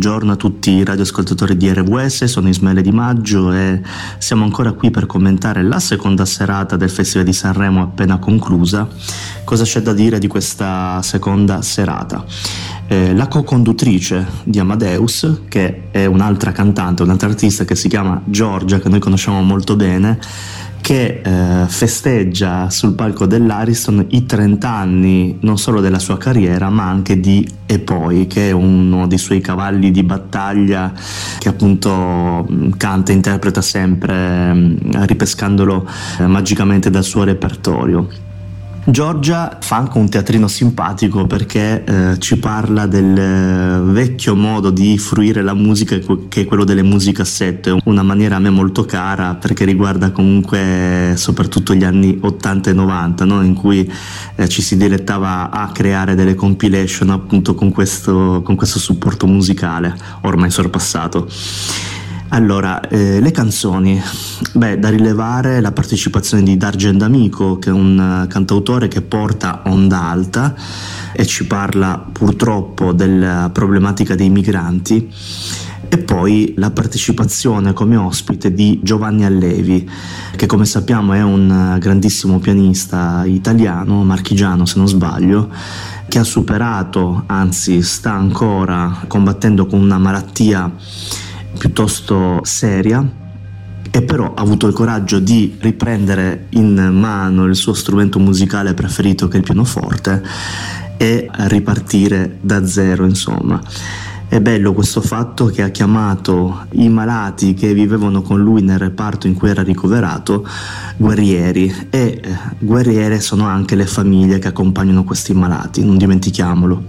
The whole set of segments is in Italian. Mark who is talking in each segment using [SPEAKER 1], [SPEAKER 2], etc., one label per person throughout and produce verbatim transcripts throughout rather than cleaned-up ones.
[SPEAKER 1] buongiorno a tutti i radioascoltatori di R W S, sono Ismaele Di Maggio e siamo ancora qui per commentare la seconda serata del Festival di Sanremo appena conclusa. Cosa c'è da dire di questa seconda serata? Eh, la co-conduttrice di Amadeus, che è un'altra cantante, un'altra artista che si chiama Giorgia, che noi conosciamo molto bene, che eh, festeggia sul palco dell'Ariston i trenta anni non solo della sua carriera ma anche di E Poi, che è uno dei suoi cavalli di battaglia, che appunto canta e interpreta sempre ripescandolo eh, magicamente dal suo repertorio. Giorgia fa anche un teatrino simpatico perché eh, ci parla del eh, vecchio modo di fruire la musica, che è quello delle musicassette, una maniera a me molto cara perché riguarda comunque soprattutto gli anni ottanta e novanta, no? In cui eh, ci si dilettava a creare delle compilation appunto con questo, con questo supporto musicale ormai sorpassato. Allora, eh, le canzoni, beh, da rilevare la partecipazione di Dargen D'Amico, che è un uh, cantautore che porta onda alta e ci parla purtroppo della problematica dei migranti, e poi la partecipazione come ospite di Giovanni Allevi, che come sappiamo è un grandissimo pianista italiano, marchigiano se non sbaglio, che ha superato, anzi sta ancora combattendo con una malattia piuttosto seria, e però ha avuto il coraggio di riprendere in mano il suo strumento musicale preferito, che è il pianoforte, e ripartire da zero, insomma. È bello questo fatto che ha chiamato i malati che vivevano con lui nel reparto in cui era ricoverato guerrieri, e eh, guerriere sono anche le famiglie che accompagnano questi malati, non dimentichiamolo.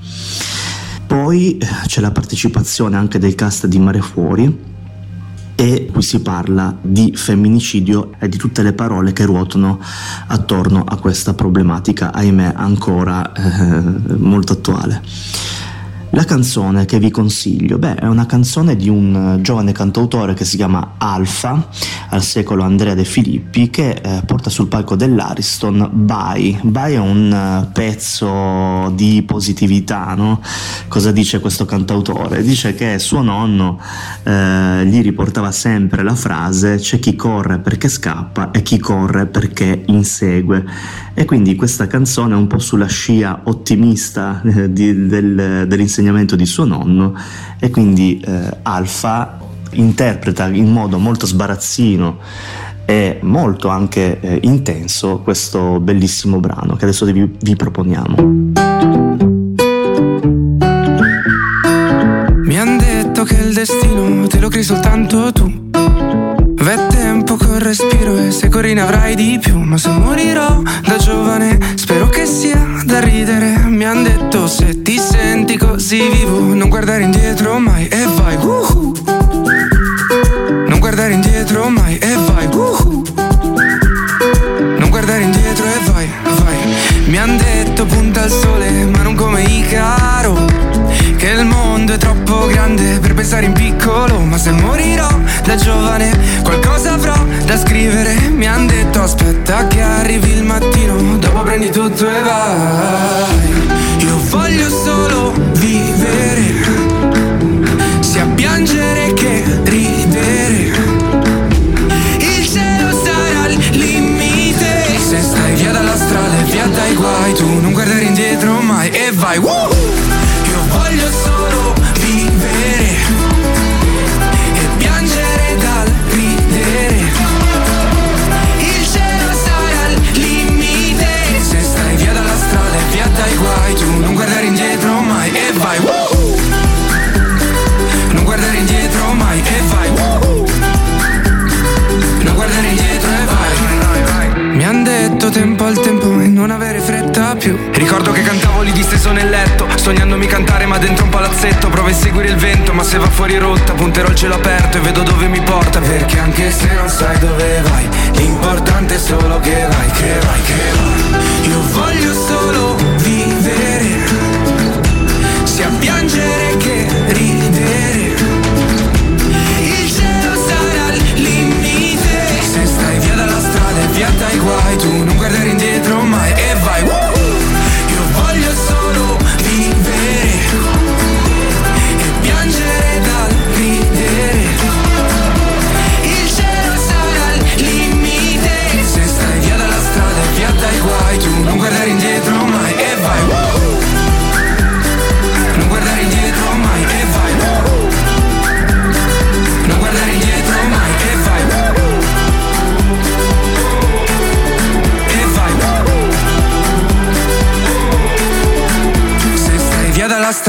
[SPEAKER 1] Poi c'è la partecipazione anche del cast di Mare Fuori, e qui si parla di femminicidio e di tutte le parole che ruotano attorno a questa problematica, ahimè ancora eh, molto attuale. La canzone che vi consiglio, beh, è una canzone di un giovane cantautore che si chiama Alfa, al secolo Andrea De Filippi, che eh, porta sul palco dell'Ariston Bai. Bai è un uh, pezzo di positività, no? Cosa dice questo cantautore? Dice che suo nonno eh, gli riportava sempre la frase: c'è chi corre perché scappa e chi corre perché insegue. E quindi questa canzone è un po' sulla scia ottimista eh, di, del, dell'insegnamento di suo nonno, e quindi eh, Alfa interpreta in modo molto sbarazzino e molto anche eh, intenso questo bellissimo brano che adesso vi, vi proponiamo.
[SPEAKER 2] Mi han detto che il destino te lo crei soltanto tu. V'è tempo col respiro e se corri ne avrai di più. Ma se morirò da giovane spero che sia da ridere. Mi han detto se ti senti così vivo non guardare indietro mai e vai uh-huh. Non guardare indietro mai e vai uh-huh. Non guardare indietro e vai, vai. Mi han detto punta al sole ma non come Icaro, che il mondo è troppo grande per pensare in piccolo. Ma se morirò da giovane qualcosa avrò da scrivere. Mi han detto aspetta che arrivi il mattino, dopo prendi tutto e vai. Io voglio solo vivere, sia piangere che ridere. Il cielo sarà il limite, se stai via dalla strada e via dai guai. Tu non guardare indietro mai e vai uh! Voglio solo vivere e piangere dal ridere. Il cielo sarà il limite, se stai via dalla strada e via dai guai. Tu non guardare indietro mai e vai uh! Non guardare indietro mai e vai uh! Non guardare indietro e vai. Mi han detto tempo al tempo e non avere fretta più. Ricordo che cantavo lì disteso nel letto, sognandomi cantare ma dentro un palazzetto. Provo a seguire il vento ma se va fuori rotta punterò il cielo aperto e vedo dove mi porta. Perché anche se non sai dove vai, l'importante è solo che vai, che vai, che vai. Io voglio solo vivere, sia piangere che ridere. Il cielo sarà il limite, se stai via dalla strada e via dai guai. Tu non guardare indietro mai e vai uh! Io voglio solo vivere e piangere da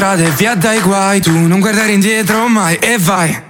[SPEAKER 2] strada e via dai guai. Tu non guardare indietro mai e vai.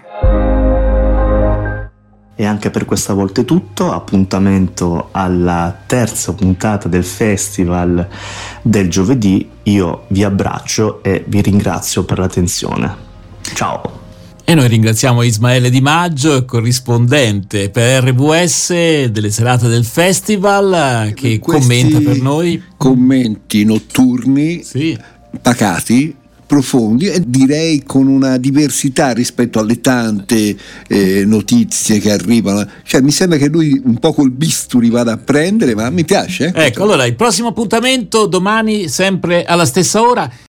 [SPEAKER 1] E anche per questa volta è tutto, appuntamento alla terza puntata del festival del giovedì. Io vi abbraccio e vi ringrazio per l'attenzione. Ciao!
[SPEAKER 3] E noi ringraziamo Ismaele Di Maggio, corrispondente per R W S delle serate del festival, che commenta per noi.
[SPEAKER 4] Commenti notturni,
[SPEAKER 3] sì,
[SPEAKER 4] pacati, profondi e direi con una diversità rispetto alle tante eh, notizie che arrivano. Cioè mi sembra che lui un po' col bisturi vada a prendere, ma mi piace.
[SPEAKER 3] Ecco, allora il prossimo appuntamento domani sempre alla stessa ora.